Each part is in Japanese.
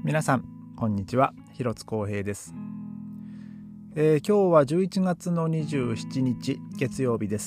皆さんこんにちは、広津光平です。今日は11月の27日月曜日です。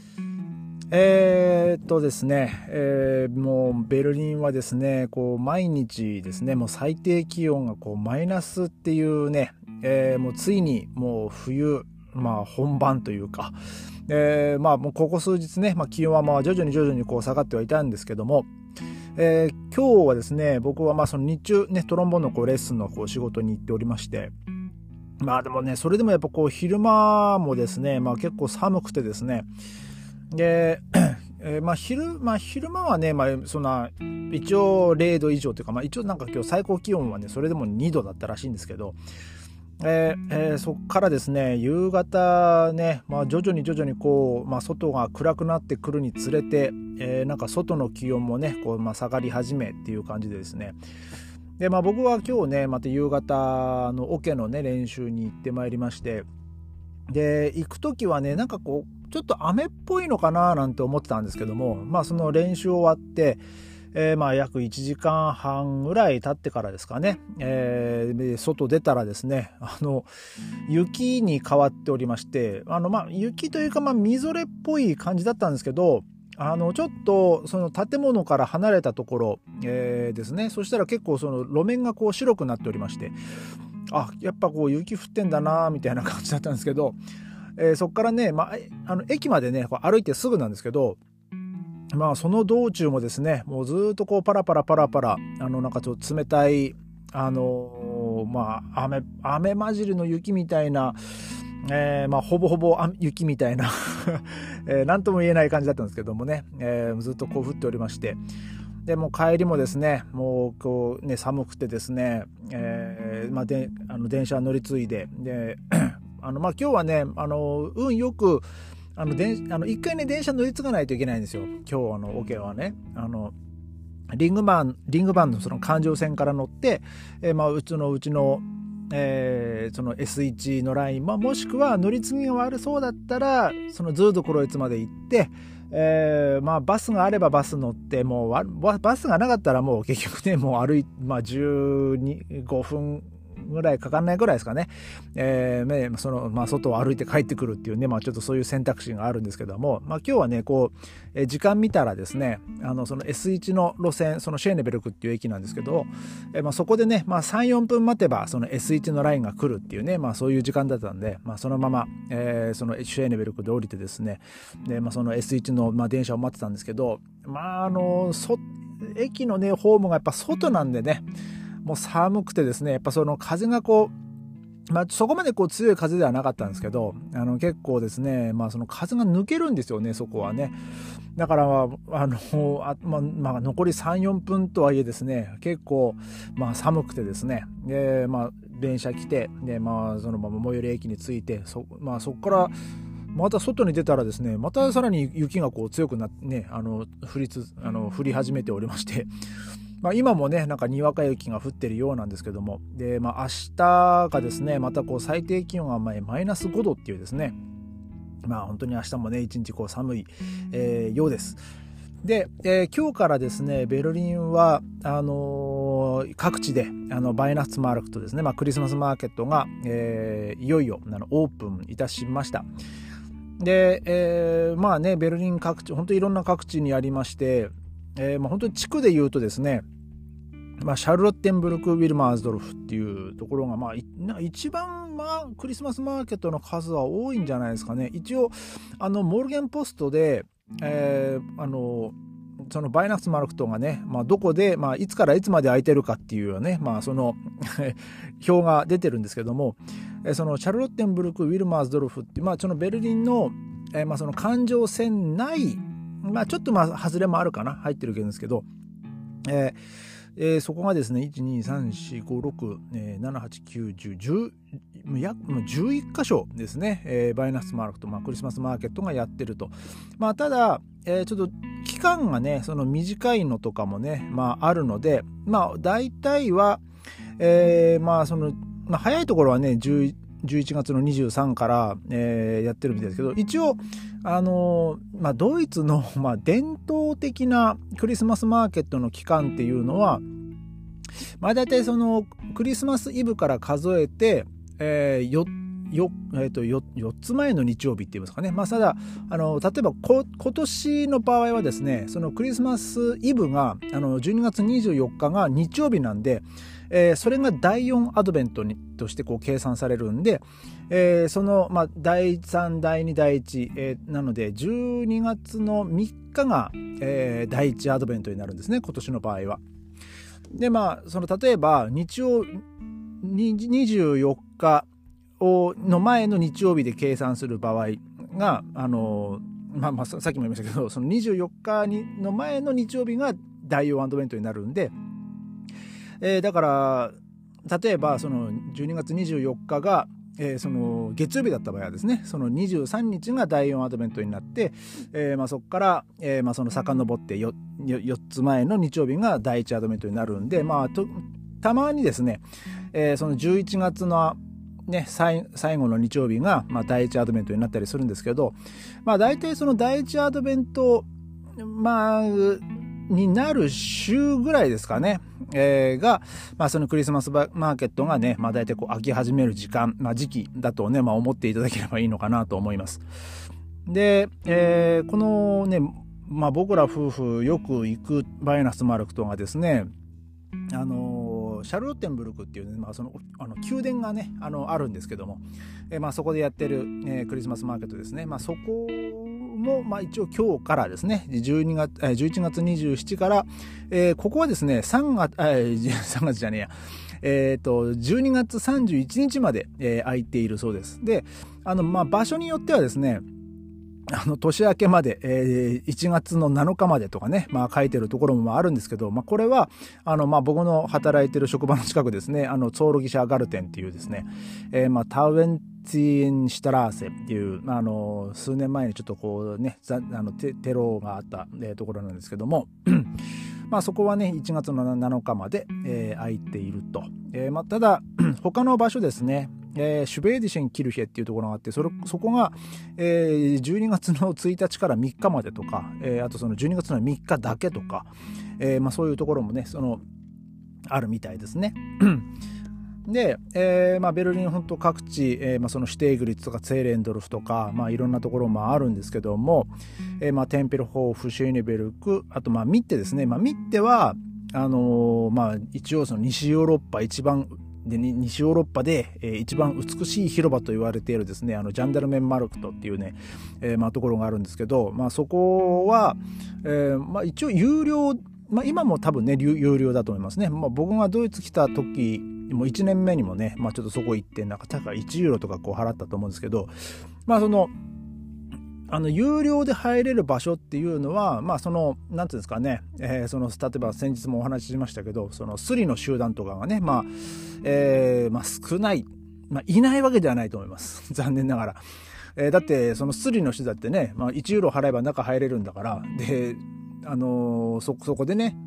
ですね、もうベルリンはですね、毎日ですね、もう最低気温がマイナスっていうね、もうついにもう冬、本番というか、もうここ数日ね、気温は徐々に下がってはいたんですけども、今日はですね、僕はその日中ね、トロンボーンのレッスンの仕事に行っておりまして、でもね、それでもやっぱ昼間もですね、結構寒くてですね、で、昼間はね、そんな一応0度以上というか、一応今日最高気温はね、それでも2度だったらしいんですけど、そっからですね、夕方ね、徐々に外が暗くなってくるにつれて、外の気温もね下がり始めっていう感じでですね、で僕は今日ねまた夕方のオケのね練習に行ってまいりまして、で行く時はねちょっと雨っぽいのかななんて思ってたんですけども、その練習終わって約1時間半ぐらい経ってからですかね、外出たらですね、雪に変わっておりまして、雪というかみぞれっぽい感じだったんですけど、ちょっとその建物から離れたところ、ですね、そしたら結構その路面が白くなっておりまして、やっぱ雪降ってんだなみたいな感じだったんですけど、そこからね、駅までね歩いてすぐなんですけど、その道中もですね、もうずっとパラパラちょっと冷たい雨混じりの雪みたいな、ほぼほぼ雪みたいななんとも言えない感じだったんですけどもね、ずっと降っておりまして、でもう帰りもですね、もう寒くてですね、電車乗り継いで、で今日はね運よく一回ね電車乗り継がないといけないんですよ。今日オケはねリングバンのその環状線から乗って、うちのその S1 のライン、もしくは乗り継ぎが悪そうだったらそのズードクロイツまで行って、バスがあればバス乗って、もうバスがなかったらもう結局ねもう歩い15分ぐらいかかんないぐらいですかね、外を歩いて帰ってくるっていうね、ちょっとそういう選択肢があるんですけども、今日はね時間見たらですね、その S1 の路線、そのシェーネベルクっていう駅なんですけど、そこでね 3,4 分待てばその S1 のラインが来るっていうね、そういう時間だったんで、そのまま、そのシェーネベルクで降りてですね、で、その S1 の、電車を待ってたんですけど、駅のねホームがやっぱ外なんでね、もう寒くてですね、やっぱその風がそこまで強い風ではなかったんですけど、結構ですね、その風が抜けるんですよね、そこはね。だから残り 3,4 分とはいえですね、結構寒くてですね、で電車来て、でそのまま最寄り駅に着いて、そこからまた外に出たらですね、またさらに雪が強くなってね、降り始めておりまして、今もねにわか雪が降ってるようなんですけども、で明日がですね、また最低気温がマイナス5度っていうですね、本当に明日もね一日寒い、ようです。で、今日からですねベルリンは各地でバイナッツマークトですね、クリスマスマーケットが、いよいよオープンいたしました。で、ベルリン各地、本当にいろんな各地にありまして、本当に地区で言うとですね、シャルロッテンブルク・ウィルマーズドルフっていうところが一番クリスマスマーケットの数は多いんじゃないですかね。一応モルゲンポストで、そのバイナッツマークトがね、どこで、いつからいつまで空いてるかっていうようなね、その表が出てるんですけども、そのシャルロッテンブルク・ウィルマーズドルフっていう、そのベルリンの、その環状線内、ちょっと外れもあるかな、入ってるけどですけど、そこがですね 1,2,3,4,5,6,7,8,9,10 約11箇所ですね、バイナッツマーケット、クリスマスマーケットがやってると。ただ、ちょっと期間がねその短いのとかもね、あるので、大体は、その、早いところはね11月の23から、やってるみたいですけど、一応ドイツの、伝統的なクリスマスマーケットの期間っていうのはだいたいそのクリスマスイブから数えて、4つ前の日曜日って言いますかね。ただ例えば今年の場合はですね、そのクリスマスイブが12月24日が日曜日なんで、それが第4アドベントとして計算されるんで、その、第3第2第1、なので12月の3日が、第1アドベントになるんですね、今年の場合は。でその例えば日曜24日の前の日曜日で計算する場合がさっきも言いましたけど、その24日の前の日曜日が第4アドベントになるんで、だから例えばその12月24日が、その月曜日だった場合はですね、その23日が第4アドベントになって、そこから、その遡って 4つ前の日曜日が第1アドベントになるんで、たまにですね、その11月のね、最後の日曜日が、第1アドベントになったりするんですけど、大体その第1アドベント、になる週ぐらいですかね、が、そのクリスマスマーケットがね、大体開き始める時間、時期だとね、思っていただければいいのかなと思います。で、このね、僕ら夫婦よく行くバイナスマルクトがですね、シャルロッテンブルクっていう、ね、その宮殿がねあるんですけども、そこでやってる、クリスマスマーケットですね、そこも、一応今日からですね11月27から、ここはですね3月じゃねえや12月31日まで、空いているそうです。で場所によってはですね年明けまで、1月の7日までとかね、書いてるところもあるんですけど、これは僕の働いてる職場の近くですね、ツォーロギシャーガルテンっていうですね、タウエンツィンシュタラーセっていう数年前にちょっとテロがあった、ところなんですけどもそこはね1月の7日まで、空いていると、ただ他の場所ですね、シュベーディシェンキルヒェっていうところがあって、そこが、12月の1日から3日までとか、あとその12月の3日だけとか、そういうところもねあるみたいですね。で、ベルリン本当各地、そのシュテーグリッツとかツェーレンドルフとか、いろんなところもあるんですけども、テンペルホーフ、シューネベルク、あとミッテですね。ミッテは一応その西ヨーロッパ西ヨーロッパで、一番美しい広場と言われているですねジャンダルメンマルクトっていうね、ところがあるんですけど、そこは、一応有料、今も多分ね有料だと思いますね。僕がドイツ来た時も1年目にもね、ちょっとそこ行って確か1ユーロとか払ったと思うんですけど、その有料で入れる場所っていうのはなんていうんですかね、例えば先日もお話ししましたけど、そのスリの集団とかがね少ない、いないわけではないと思います残念ながら、だってそのスリの人だってね、1ユーロ払えば中入れるんだから、でそこでね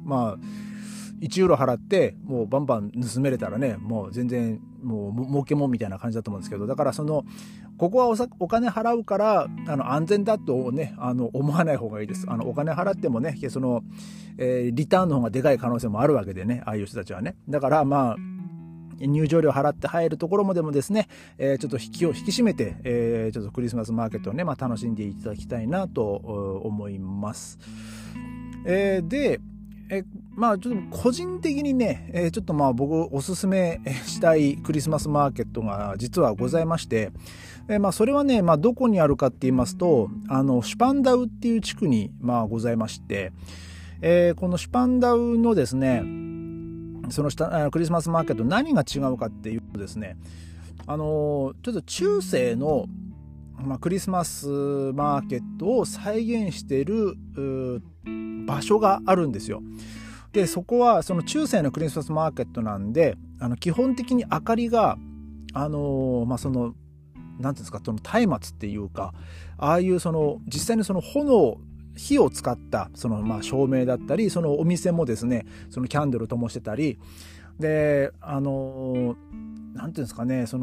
1ユーロ払ってもうバンバン盗めれたらね、もう全然もう儲けもんみたいな感じだと思うんですけど、だからここはお金払うから安全だとね思わない方がいいです。お金払ってもねリターンの方がでかい可能性もあるわけでね、ああいう人たちはね。だから入場料払って入るところもでもですね、ちょっと引き締めて、ちょっとクリスマスマーケットをね、楽しんでいただきたいなと思います。でちょっと個人的にね、ちょっと僕おすすめしたいクリスマスマーケットが実はございまして、それはね、どこにあるかって言いますとシュパンダウっていう地区にございまして、このシュパンダウのですねそのクリスマスマーケット何が違うかっていうとですね、ちょっと中世のクリスマスマーケットを再現している場所があるんですよ。でそこはその中世のクリスマスマーケットなんで、基本的に明かりがなんていうんですか、その松明っていうか、ああいう実際に火を使った照明だったり、そのお店もですねそのキャンドル灯してたりで、なんていうんですかね、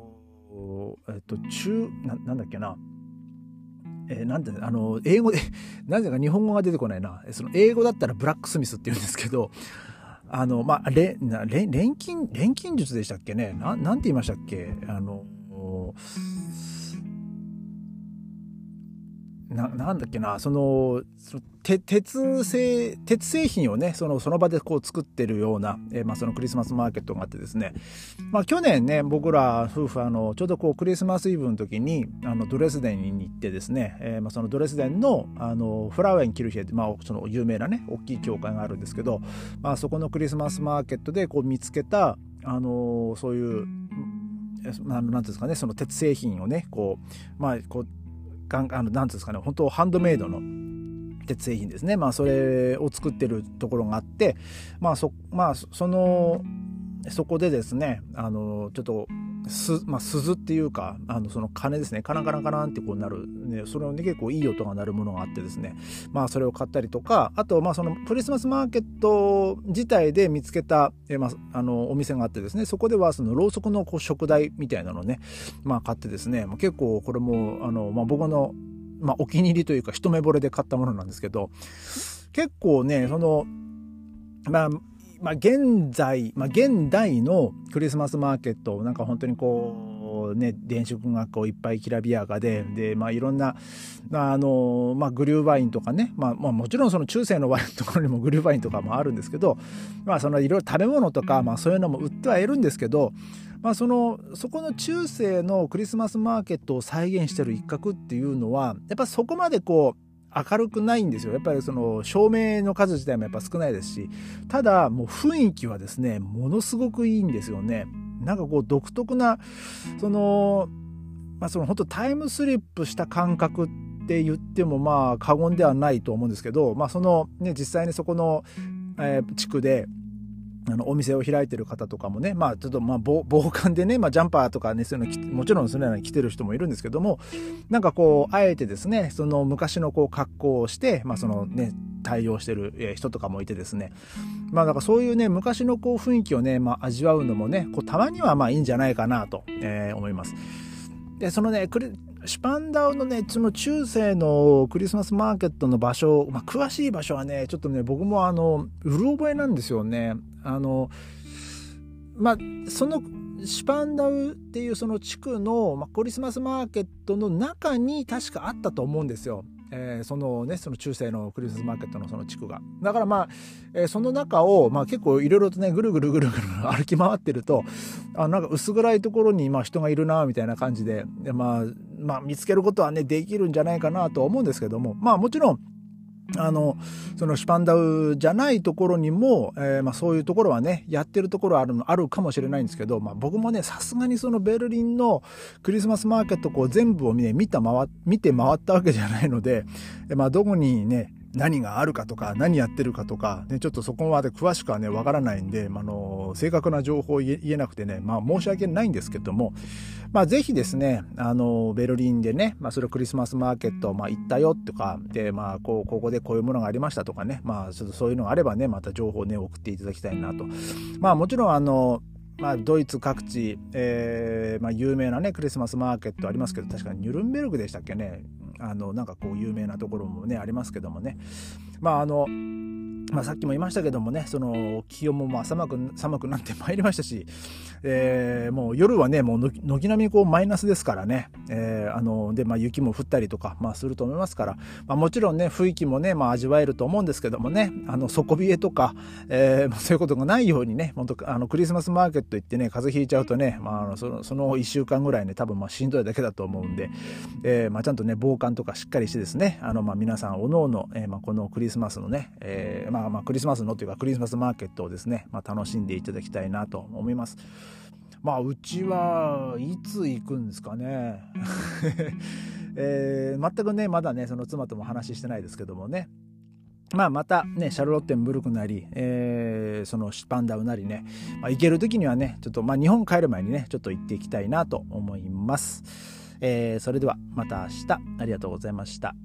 なんだっけな、なんて英語でなんでか日本語が出てこないな。英語だったらブラックスミスって言うんですけど、 錬金術でしたっけね。なんて言いましたっけ。なんだっけな、鉄製品をね、その場でこう作ってるような、そのクリスマスマーケットがあってですね、去年ね、僕ら夫婦ちょうどこうクリスマスイブの時にドレスデンに行ってですね、そのドレスデンのフラウェンキルヒェって、その有名なね大きい教会があるんですけど、そこのクリスマスマーケットでこう見つけたそういうなんていうんですかね、その鉄製品をねこうなんていうんですかね、本当ハンドメイドの鉄製品ですね。それを作ってるところがあって、そこでですね、ちょっと鈴っていうかその鐘ですね、カランカランカランってこうなる、ね、それをね結構いい音が鳴るものがあってですね、それを買ったりとか、あとそのクリスマスマーケット自体で見つけたお店があってですね、そこではそのろうそくのこう食台みたいなのをね買ってですね、結構これも僕のお気に入りというか一目惚れで買ったものなんですけど、結構ね現代のクリスマスマーケットなんか本当にこうね電飾がこういっぱいきらびやかでいろんなグリューワインとかね、もちろんその中世のワインのところにもグリューワインとかもあるんですけど、そのいろいろ食べ物とかそういうのも売ってはいるんですけど、そこの中世のクリスマスマーケットを再現してる一角っていうのはやっぱそこまでこう明るくないんですよ。やっぱりその照明の数自体もやっぱ少ないですし、ただもう雰囲気はですねものすごくいいんですよね。なんかこう独特なその本当タイムスリップした感覚って言っても過言ではないと思うんですけど、実際にそこの、地区でお店を開いてる方とかもね、ちょっと防寒でね、ジャンパーとかねそういうのもちろんそのように着てる人もいるんですけども、なんかこうあえてですねその昔のこう格好をして、そのね対応してる人とかもいてですね、だからそういうね昔のこう雰囲気をね、味わうのもねこうたまにはいいんじゃないかなと、思います。でそのねシュパンダウのねその中世のクリスマスマーケットの場所、詳しい場所はねちょっとね僕もうる覚えなんですよね。そのシュパンダウっていうその地区の、クリスマスマーケットの中に確かあったと思うんですよ。その中世のクリスマスマーケットのその地区がだからその中を結構いろいろとねぐるぐる歩き回ってるとなんか薄暗いところに人がいるなみたいな感じで見つけることはねできるんじゃないかなとは思うんですけども、もちろんそのシュパンダウじゃないところにも、そういうところはねやってるところあるかもしれないんですけど、僕もねさすがにそのベルリンのクリスマスマーケットこう全部をね見て回ったわけじゃないので、どこにね何があるかとか何やってるかとか、ね、ちょっとそこまで詳しくはねわからないんで、正確な情報を言えなくてね、申し訳ないんですけども、ぜひですねベルリンでね、それクリスマスマーケット、行ったよとかで、ここでこういうものがありましたとかね、ちょっとそういうのがあればねまた情報をね送っていただきたいなと。もちろんドイツ各地、有名なねクリスマスマーケットありますけど、確かにニュルンベルグでしたっけね、なんかこう有名なところもねありますけどもね、さっきも言いましたけどもね、その気温も寒くなってまいりましたし、もう夜はねもう軒並みこうマイナスですからね、で雪も降ったりとかすると思いますから、もちろんね雰囲気もね味わえると思うんですけどもね、底冷えとか、そういうことがないようにね、本当クリスマスマーケット行ってね風邪ひいちゃうとね、その1週間ぐらいね多分しんどいだけだと思うんで、ちゃんとね防寒とかしっかりしてですね、皆さんおのおの、このクリスマスのね、クリスマスのというかクリスマスマーケットをですね、楽しんでいただきたいなと思います。うちはいつ行くんですかね、全くねまだねその妻とも話してないですけどもね、またねシャルロッテンブルクなり、そのシュパンダウなりね、行ける時にはねちょっと日本帰る前にねちょっと行っていきたいなと思います。それではまた明日、ありがとうございました。